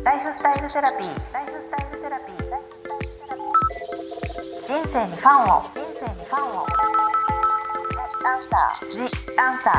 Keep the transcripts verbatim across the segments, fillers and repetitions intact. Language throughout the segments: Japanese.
ライフスタイルセラピー。ライフスタイルセラピー。人生にファンを。人生にファンを。アンサー。ジアンサ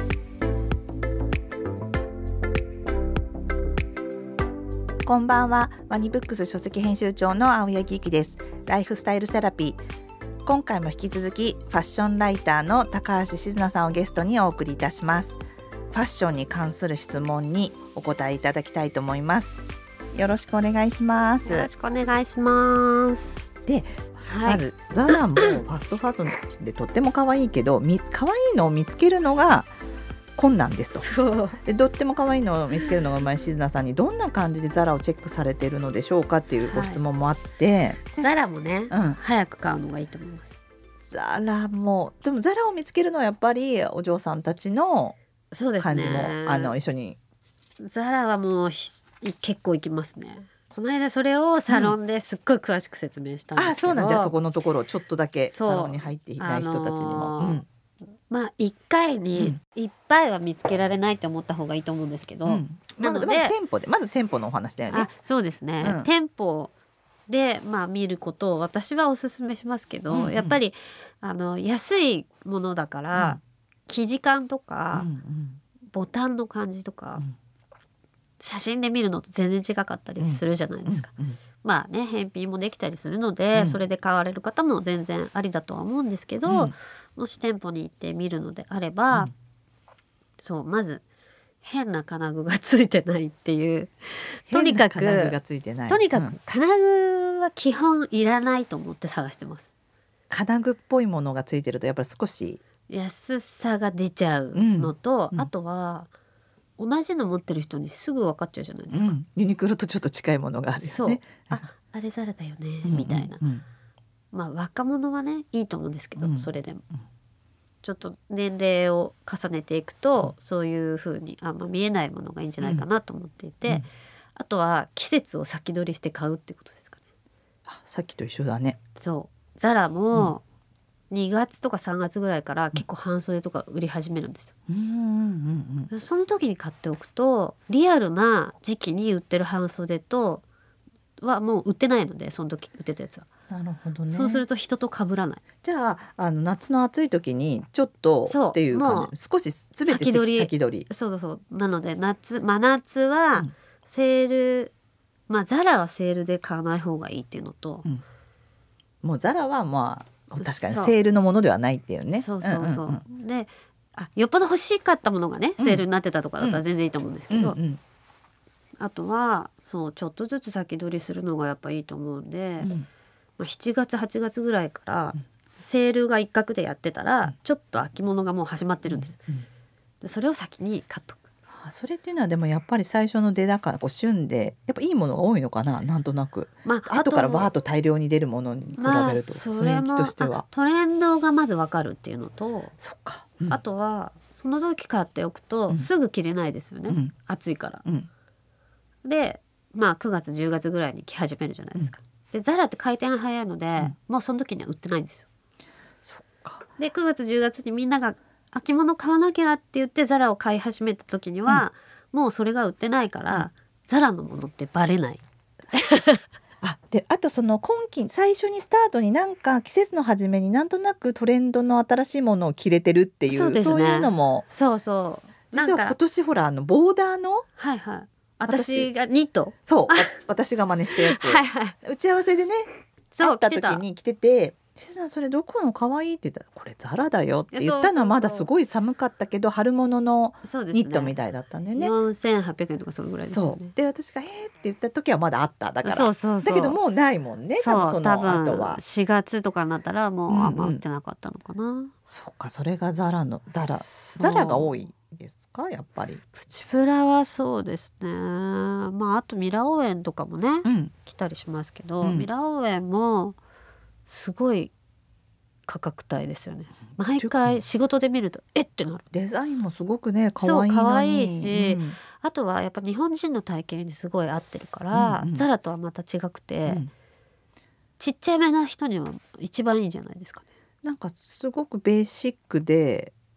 ー。こんばんは。ワニブックス書籍編集長の青柳ゆきです。ライフスタイルセラピー。今回も引き続きファッションライターの高橋静奈さんをゲストにお送りいたします。ファッションに関する質問にお答えいただきたいと思います。よろしくお願いします。 よろしくお願いします。 で、 はい、 まずザラもファストファッションでとっても可愛いけど、可愛いのを見つけるのが困難ですと。 そうで、とっても可愛いのを見つけるのがうまい静奈さんにどんな感じでザラをチェックされているのでしょうかっていうご質問もあって、 はい、ザラもね、 うん、 早く買うのがいいと思います。 ザラもでもザラを見つけるのはやっぱりお嬢さんたちの感じも、 ね、 あの一緒に。 ザラはもう結構行きますね。この間それをサロンですっごい詳しく説明したんですけど、 うん、あ、そうなんじゃあそこのところちょっとだけサロンに入っていない人たちにも、 あのーうん、まあいっかいにいっぱいは見つけられないと思った方がいいと思うんですけど、うん、 なのでまず店舗でまず店舗のお話だよね。 あ、そうですね、うん、店舗で、まあ、見ることを私はおすすめしますけど、うんうん、やっぱりあの安いものだから、うん、生地感とか、うんうん、ボタンの感じとか、うん、写真で見るのと全然違かったりするじゃないですか、うんうん、まあね返品もできたりするので、うん、それで買われる方も全然ありだとは思うんですけど、うん、もし店舗に行って見るのであれば、うん、そうまず変な金具がついてないっていう、とにかく金具がついてない、 とにかく金具は基本いらないと思って探してます。 金具っぽいものがついてるとやっぱり少し安さが出ちゃうのと、うん、あとは同じの持ってる人にすぐ分かっちゃうじゃないですか、うん、 ユニクロとちょっと近いものがあるよね。 そう、あ、あれザラだよね、うんうんうん、みたいな、まあ若者はねいいと思うんですけど、うん、それでも、うん、ちょっと年齢を重ねていくと、うん、そういう風にあんま見えないものがいいんじゃないかなと思っていて、うんうん、あとは季節を先取りして買うってことですかね。 あ、さっきと一緒だね。 そうザラもにがつとかさんがつぐらいから結構半袖とか売り始めるんですよ、うんうんうんうん、その時に買っておくとリアルな時期に売ってる半袖とはもう売ってないので、その時売ってたやつは。 なるほどね。 そうすると人と被らない。 じゃあ、あの夏の暑い時にちょっとっていう感じ、少し全て先取り、先取り。 そうそうなので夏真夏はセール、うん、まあザラはセールで買わない方がいいっていうのと、うん、 もうザラはまあ確かにセールのものではないっていうね。 そうそうそう、うんうんうん、であよっぽど欲しかったものがねセールになってたとかだったら全然いいと思うんですけど、うんうんうん、あとはそうちょっとずつ先取りするのがやっぱいいと思うんで、うんまあ、しちがつはちがつぐらいからセールが一角でやってたら、うん、ちょっと秋物がもう始まってるんです、うんうん、でそれを先に買っとく。 それっていうのはでもやっぱり最初の出だからこう旬でやっぱいいものが多いのかな、なんとなく、まあ、後からわーっと大量に出るものに比べると、まあ、雰囲気としてはトレンドがまず分かるっていうのと、 そっか、 うん、あとはその時買っておくとすぐ着れないですよね、うん、暑いから、うん、でまあくがつじゅうがつぐらいに着始めるじゃないですか、うん、でザラって回転早いので、うん、もうその時には売ってないんですよ。 そっか。 でくがつじゅうがつにみんなが秋物買わなきゃって言ってザラを買い始めた時には、うん、もうそれが売ってないから、うん、ザラのものってバレないあ, であとその今季最初にスタートになんか季節の初めになんとなくトレンドの新しいものを着れてるっていう、 そうですね、そういうのもそうそう実は今年ほらあのボーダーの、 はいはい、私がニットそう私が真似したやつはい、はい、打ち合わせでね会った時に着てて、しずさんそれどこの可愛いって言ったらこれザラだよって言ったのはまだすごい寒かったけど春物のニットみたいだったんだよね。 よんせんはっぴゃくえんとかそれぐらいですよね。 そうで私がえーって言った時はまだあっただからそうそうそうだけどもうないもんね。 そう多分その後はしがつとかになったらもうあんま売ってなかったのかな、うんうん、 そうか。それがザラのザラザラが多いですかやっぱり。 プチプラはそうですね。まああとミラオーエンとかもね、うん、来たりしますけど、うん、ミラオーエンもすごい価格帯ですよね。毎回仕事で見るとえってなる。 デザインもすごくね可愛いのに。 そう可愛いし、うん、あとはやっぱ日本人の体型にすごい合ってるから、うんうん、ザラとはまた違くて、うん、ちっちゃめな人には一番いいんじゃないですかね。 なんかすごくベーシックで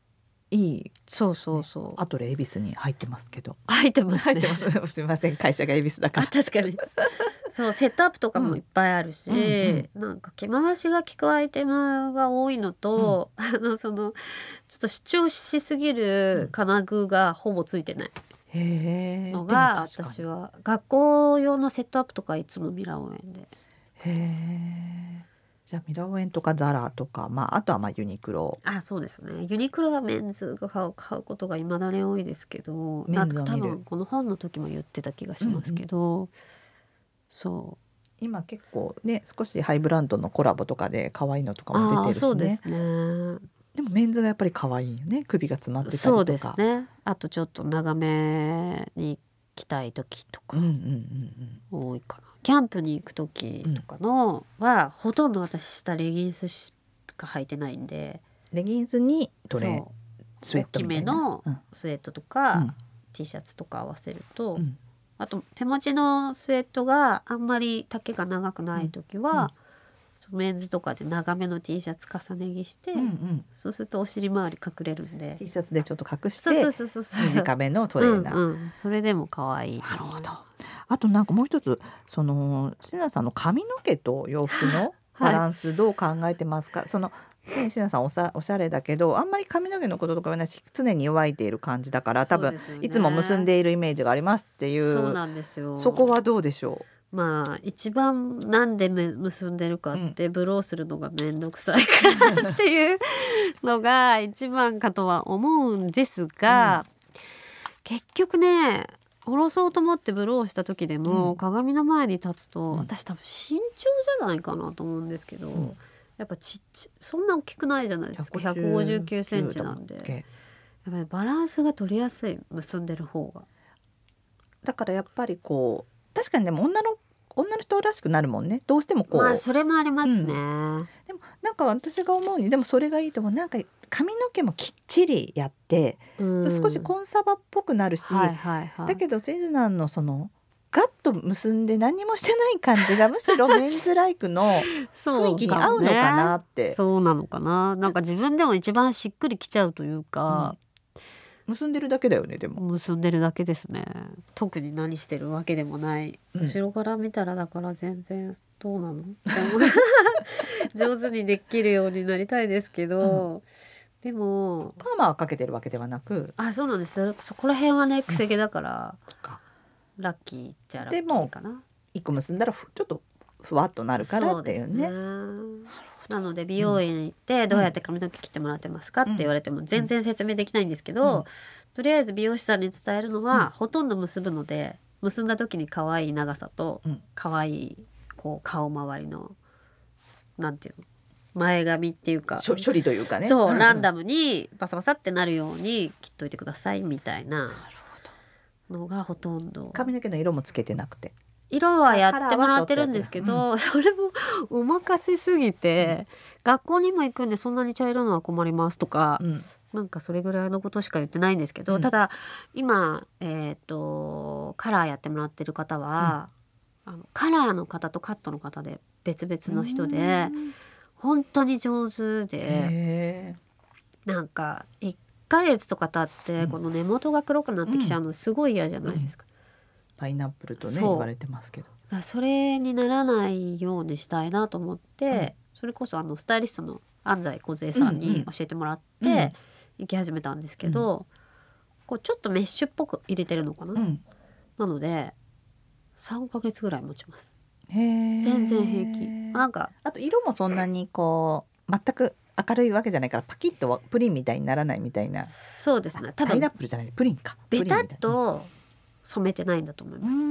いい、 そうそうそう、ね、 あとで恵比寿に入ってますけど。 入ってますね。 入ってますすみません、会社が恵比寿だから。 あ、確かにそうセットアップとかもいっぱいあるし、うんうん、なんか着回しが効くアイテムが多いのと、うん、あのそのちょっと主張しすぎる金具がほぼついてないのが、私は学校用のセットアップとかいつもミラオ園で。 へー、じゃあミラオ園とかザラとか、まあ、あとはまあユニクロ。 あ、そうですね。ユニクロはメンズが買う、買うことがいまだに多いですけど、なんか多分この本の時も言ってた気がしますけど、うんうん、そう今結構ね少しハイブランドのコラボとかで可愛いのとかも出てるしね。 そうですね。 でもメンズがやっぱり可愛いよね。首が詰まってたりとか。 そうですね。あとちょっと長めに着たい時とか多いかな。キャンプに行く時とかのは、うん、ほとんど私下レギンスしか履いてないんで、 レギンスにトレスウェットみたいな大きめのスウェットとか、うん、T シャツとか合わせると、うん、あと手持ちのスウェットがあんまり丈が長くない時は、うん、メンズとかで長めの T シャツ重ね着して、うんうん、そうするとお尻周り隠れるんで T シャツでちょっと隠して短めのトレーナー、 うんうん、それでも可愛い。 なるほど。あとなんかもう一つ、その椎名さんの髪の毛と洋服のバランスどう考えてますか？はい、その椎名さん おさ、おしゃれだけどあんまり髪の毛のこととかはないし常に弱いている感じだから多分、ね、いつも結んでいるイメージがありますっていう。 そうなんですよ。 そこはどうでしょう？まあ一番なんで結んでるかって、うん、ブローするのがめんどくさいからっていうのが一番かとは思うんですが、うん、結局ね下ろそうと思ってブローした時でも、うん、鏡の前に立つと、うん、私多分身長じゃないかなと思うんですけど、うん、やっぱちっちゃそんな大きくないじゃないですか。ひゃくごじゅうきゅうセンチなんでやっぱりバランスが取りやすい、結んでる方が。 だからやっぱりこう確かにでも女の女の人らしくなるもんね、どうしてもこう。 まあそれもありますね、うん、 でもなんか私が思うにでもそれがいいと思う。なんか髪の毛もきっちりやって、うん、少しコンサバっぽくなるし、はいはいはい、だけどシズナンのそのガッと結んで何もしてない感じがむしろメンズライクの雰囲気に合うのかなって。 そうなのかな。なんか自分でも一番しっくりきちゃうというか、 うん、結んでるだけだよね。でも結んでるだけですね。特に何してるわけでもない、うん、後ろから見たらだから全然どうなの上手にできるようになりたいですけど、うん、でもパーマはかけてるわけではなく。 あ、そうなんですよ。そこら辺はねくせ毛だから、うん、ラッキーじゃラッキーかな。 でも一個結んだらちょっとふわっとなるからっていうね。 なので美容院行ってどうやって髪の毛切ってもらってますかって言われても全然説明できないんですけど、うん、とりあえず美容師さんに伝えるのは、うん、ほとんど結ぶので結んだ時に可愛い長さと、うん、可愛いこう顔周りのなんていうの前髪っていうか処理というかね、 そう、うん、ランダムにバサバサってなるように切っといてくださいみたいなのがほとんど。 髪の毛の色もつけてなくて色はやってもらってるんですけど、うん、それもお任せすぎて、うん、学校にも行くんでそんなに茶色のは困りますとか、うん、なんかそれぐらいのことしか言ってないんですけど、うん、ただ今、えーと、カラーやってもらってる方は、うん、あのカラーの方とカットの方で別々の人で本当に上手で、なんかいっかげつとか経ってこの根元が黒くなってきちゃうのすごい嫌じゃないですか、うんうんパイナップルとね言われてますけど、 それにならないようにしたいなと思って、うん、それこそあのスタイリストの安西梢さんに教えてもらって行き始めたんですけど、うん、こうちょっとメッシュっぽく入れてるのかな、うん、なのでさんかげつぐらい持ちます。へー、全然平気。なんかあと色もそんなにこう全く明るいわけじゃないからパキッとプリンみたいにならないみたいな。 そうですね、 多分パイナップルじゃないプリンか、 ベタッと染めてないんだと思います。うん、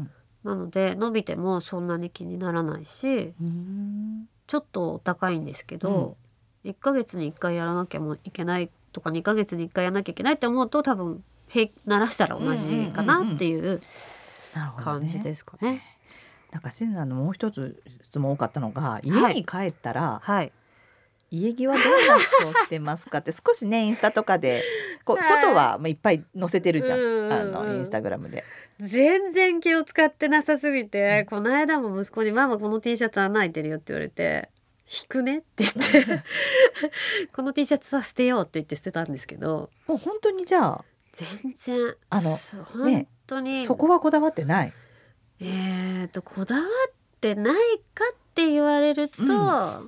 なので伸びてもそんなに気にならないし、うん、ちょっとお高いんですけど、うん、いっかげつにいっかいやらなきゃもいけないとかにかげつにいっかいやらなきゃいけないって思うと多分鳴らしたら同じかなっていう感じですかね。 なんかシンさんのもう一つ質問多かったのが、家に帰ったら、はいはい、家着はどんな服を着てますかって少しねインスタとかでこう外はいっぱい載せてるじゃん、うん、あのインスタグラムで。 全然気を使ってなさすぎて、うん、この間も息子にママこの T シャツ穴開いてるよって言われて引くねって言ってこの T シャツは捨てようって言って捨てたんですけど、 もう本当にじゃあ全然あの本当に、 ね、そこはこだわってない。 えーとこだわってないかって言われると、うん、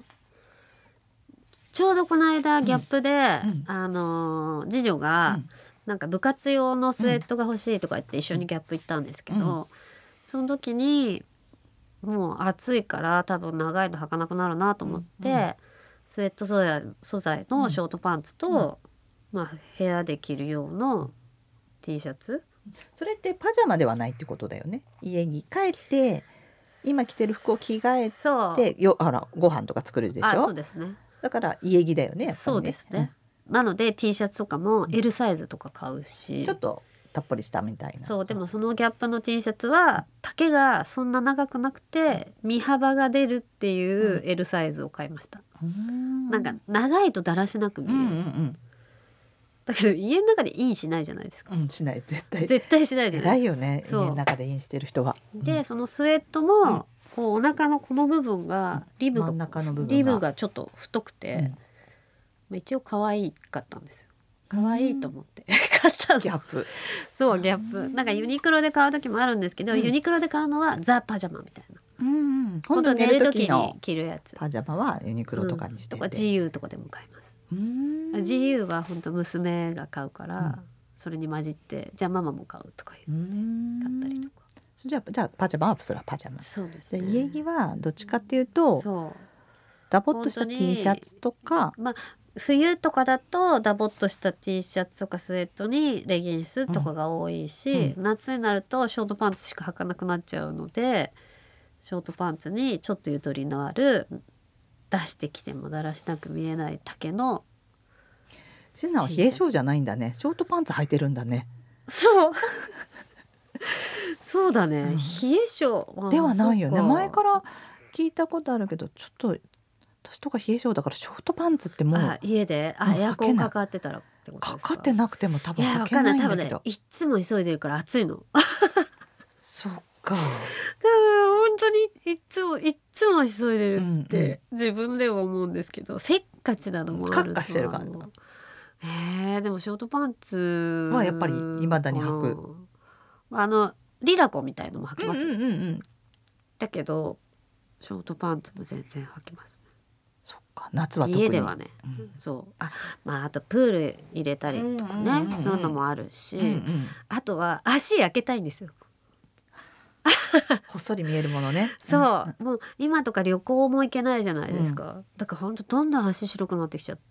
ちょうどこの間ギャップで、うん、あの次女が、うん、なんか部活用のスウェットが欲しいとか言って一緒にギャップ行ったんですけど、うん、その時にもう暑いから多分長いの履かなくなるなと思って、うん、スウェット素材、素材のショートパンツと、うんまあ、部屋で着る用の T シャツ。 それってパジャマではないってことだよね。家に帰って今着てる服を着替えてよあらご飯とか作るでしょ。 あそうですね。 だから家着だよね。やっぱりねそうですね、うん、なので T シャツとかも L サイズとか買うし、 ちょっとたっぷりしたみたいな。 そうでもそのギャップの T シャツは丈がそんな長くなくて身幅が出るっていう L サイズを買いました、うん、なんか長いとだらしなく見える、うんうんうん、だけど家の中でインしないじゃないですか、 うん、しない絶対絶対しないじゃない。 偉いよね家の中でインしてる人は。 で、うん、そのスウェットも、うん、こうお腹のこの部分がリブが、真ん中の部分がリブがちょっと太くて、うん、一応可愛かったんですよ。可愛いと思って買ったの。 ギャップ。 そうギャップ。なんかユニクロで買う時もあるんですけど、うん、ユニクロで買うのはザ・パジャマみたいな。うんうん、本当寝る時に着るやつ。 パジャマはユニクロとかにしてて、 うん、とか ジーユー とかでも買います。うん ジーユー は本当娘が買うから、うん、それに混じってじゃあママも買うとか言って買ったりとか。 じゃあ、じゃあパジャマはそれはパジャマ。 そうですね。 で家着はどっちかっていうと、そうダボっとした T シャツとか、 まあ冬とかだとダボっとした T シャツとかスウェットにレギンスとかが多いし、うん、夏になるとショートパンツしか履かなくなっちゃうのでショートパンツにちょっとゆとりのある出してきてもだらしなく見えない丈の。 シズナは冷え性じゃないんだね。ショートパンツ履いてるんだね。 そうそうだね、うん、冷え性ではないよね。前から聞いたことあるけどちょっと私とか冷え性だからショートパンツってもうあ家であエアコンかかってたらってことですか。 かかってなくても多分履けないんだけど。いやわかんない多分ねいつも急いでるから暑いのそっか。 だから本当にいつもいつも急いでるって、うんうん、自分でも思うんですけどせっかちなのもあると。 カッカしてる感じ。 えー、でもショートパンツはやっぱり未だに履く。 あのリラコみたいのも履きますよ、 うんうんうんうん、 だけどショートパンツも全然履きますね。 そっか夏は特に家ではね、うん、そうあ、まあ、あとプール入れたりとかね、うんうんうんうん、そういうのもあるし、うんうん、あとは足開けたいんですよほっそり見えるものねそう、うん、もう今とか旅行も行けないじゃないですか、うん、だから本当どんどん足白くなってきちゃって。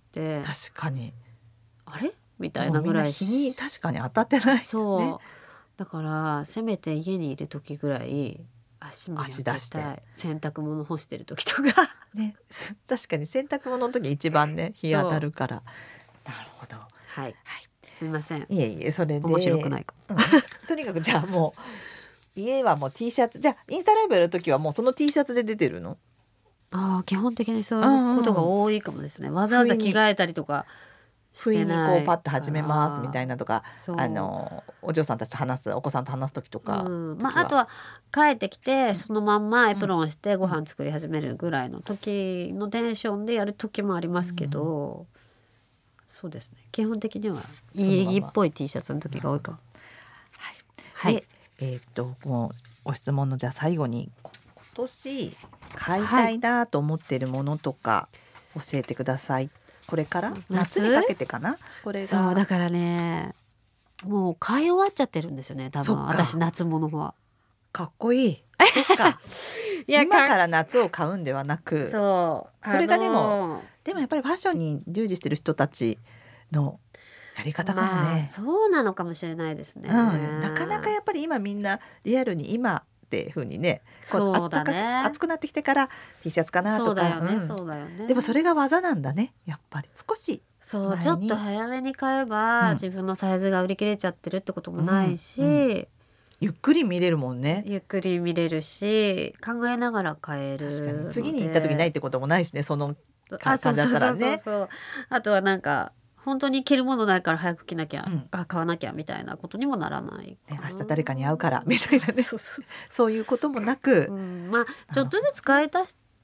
確かにあれみたいなぐらい日に確かに当たってない、 そう、ね、だからせめて家にいる時ぐらい足も開けたい。足出して洗濯物干してる時とかね、確かに洗濯物の時一番ね日当たるから。なるほど、 はい、はい、すみません。 いえいえそれで面白くないか、 うん、とにかくじゃあもう家はもう T シャツじゃあインスタライブやる時はもうその T シャツで出てるの。 あ基本的にそういうことが多いかもですね。わざわざ着替えたりとか不意にこうパッと始めますみたいなとか、あのお嬢さんたちと話すお子さんと話す時とか、 うんまあ、あとは帰ってきてそのまんまエプロンしてご飯作り始めるぐらいの時のテンションでやる時もありますけど、うん、そうですね基本的には家着っぽい T シャツの時が多いかも。 はい、でえー、っともうご質問のじゃあ最後に今年買いたいなと思っているものとか教えてください。これから夏にかけてかな。これがそうだからねもう買い終わっちゃってるんですよね多分私夏物は。 かっこいい。そっかいや今から夏を買うんではなく そ, うそれがでもでもやっぱりファッションに従事してる人たちのやり方かもね、まあ、 そうなのかもしれないですね、 うん、なかなかやっぱり今みんなリアルに今っていう風にねそうだね暑くなってきてから T シャツかなとか。そうだよね、うん、そうだよね。でもそれが技なんだねやっぱり少しそうちょっと早めに買えば、うん、自分のサイズが売り切れちゃってるってこともないし、うんうん、 ゆっくり見れるもんね。 ゆっくり見れるし考えながら買える。 確かに次に行った時ないってこともないしねその感じだったらね。そうそうそうそうあとはなんか本当に着るものないから早く着なきゃ、うん、買わなきゃみたいなことにもならない、 ね、明日誰かに会うからみたいなねそうそうそうそういうこともなく、 うん、まあちょっとずつ買い足し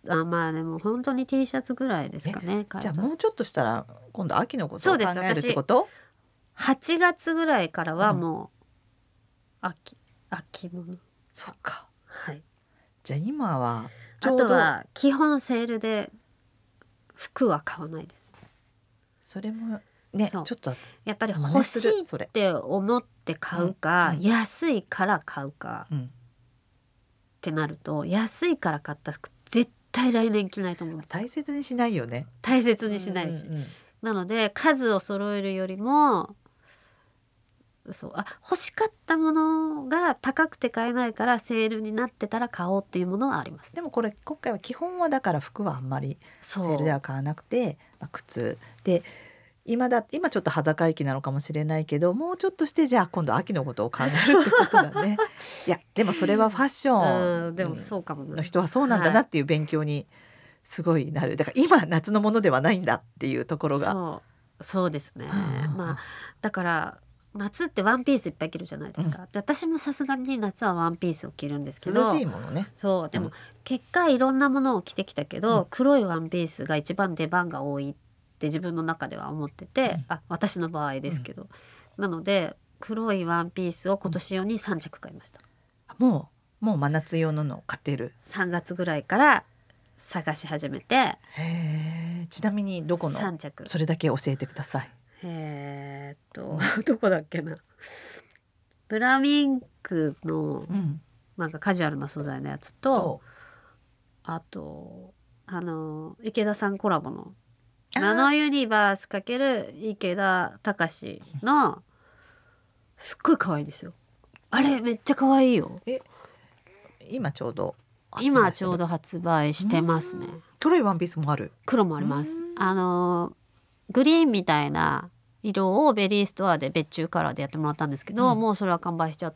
あまあでも本当に T シャツぐらいですかね。 じゃあもうちょっとしたら今度秋のことを考えるってこと？ はちがつぐらいからはもう秋、うん、秋物。 そうか、 はい。 じゃあ今はちょうど、 あとは基本セールで服は買わないです。 それもね、ちょっとやっぱり欲しいって思って買うか、うんうん、安いから買うか、うん、ってなると安いから買った服絶対来年着ないと思うんです。 大切にしないよね。 大切にしないし、うんうんうん、なので数を揃えるよりもそうあ欲しかったものが高くて買えないからセールになってたら買おうっていうものはあります。 でもこれ今回は基本はだから服はあんまりセールでは買わなくて、まあ、靴で今だ今ちょっと端境期なのかもしれないけどもうちょっとしてじゃあ今度秋のことを考えるってことだねいやでもそれはファッションの人はそうなんだなっていう勉強にすごいなる。だから今夏のものではないんだっていうところがそうそうですね、まあ、だから夏ってワンピースいっぱい着るじゃないですか、うん、で私もさすがに夏はワンピースを着るんですけど涼しいものね。 そうでも、うん、結果いろんなものを着てきたけど、うん、黒いワンピースが一番出番が多いって自分の中では思ってて、うん、あ私の場合ですけど、うん、なので黒いワンピースを今年用にさんちゃく買いました、 うん、もうもう真夏用のの買ってる。 さんがつぐらいから探し始めて。 へちなみにどこのさんちゃくそれだけ教えてください。 えー、っとどこだっけなブラミンクのなんかカジュアルな素材のやつと、うん、あとあの池田さんコラボのナノユニバース×池田隆のすっごい可愛いですよ。あれめっちゃ可愛いよ。 え今ちょうど今ちょうど発売してますね。 黒いワンピースもある。 黒もあります。あのグリーンみたいな色をベリーストアで別注カラーでやってもらったんですけど、うん、もうそれは完売しちゃって、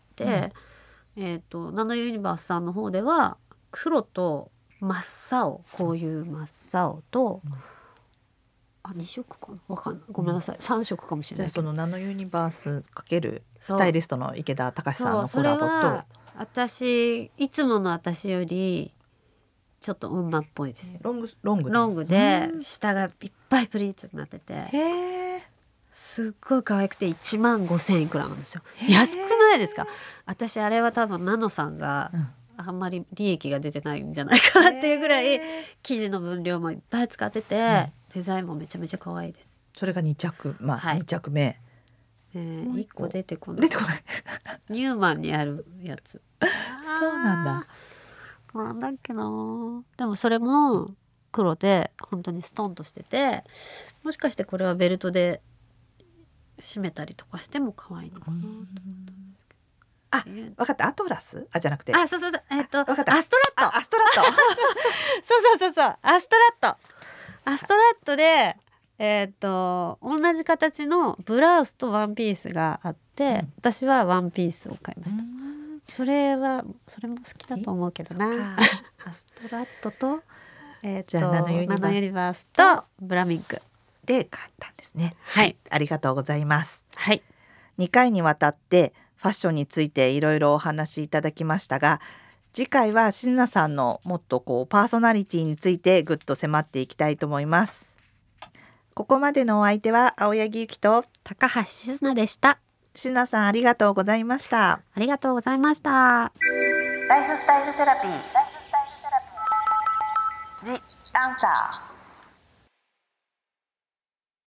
うん、えーとナノユニバースさんの方では黒と真っ青こういう真っ青と、うんあに色かなわかんないごめんなさい、うん、さん色かもしれないけど。 じゃあそのナノユニバース×スタイリストの池田隆さんのコラボと。それは私いつもの私よりちょっと女っぽいです。 ロングロングロングで下がいっぱいプリーツになっててへーすっごい可愛くていちまんごせんいくらなんですよ。安くないですか？私あれは多分ナノさんが、うんあんまり利益が出てないんじゃないかなっていうぐらい生地の分量もいっぱい使ってて、うん、デザインもめちゃめちゃ可愛いです。 それがに着、まあはい、に着目、 えー、いっこ出てこない。 出てこないニューマンにあるやつそうなんだ。 なんだっけな。でもそれも黒で本当にストンとしててもしかしてこれはベルトで締めたりとかしても可愛いのかなと思ったんですけど。 あ、分かった。アトラス？あ、じゃなくて。 あ、そうそうそう。えっと、 分かった。 アストラット。 アストラット。 そうそうそうそう。アストラット。アストラットで、えっと同じ形のブラウスとワンピースがあって、うん、私はワンピースを買いました。それはそれも好きだと思うけどな。 アストラットと、 えっとナノユニバースとブラミンクで買ったんですね。はい、ありがとうございます。 はい。 にかいにわたってファッションについていろいろお話しいただきましたが、次回はしずなさんのもっとこうパーソナリティについてぐっと迫っていきたいと思います。ここまでのお相手は青柳ゆきと高橋しずなでした。 しずなさんありがとうございました。 ありがとうございました。 ライフスタイルセラピー、ジ・アンサー。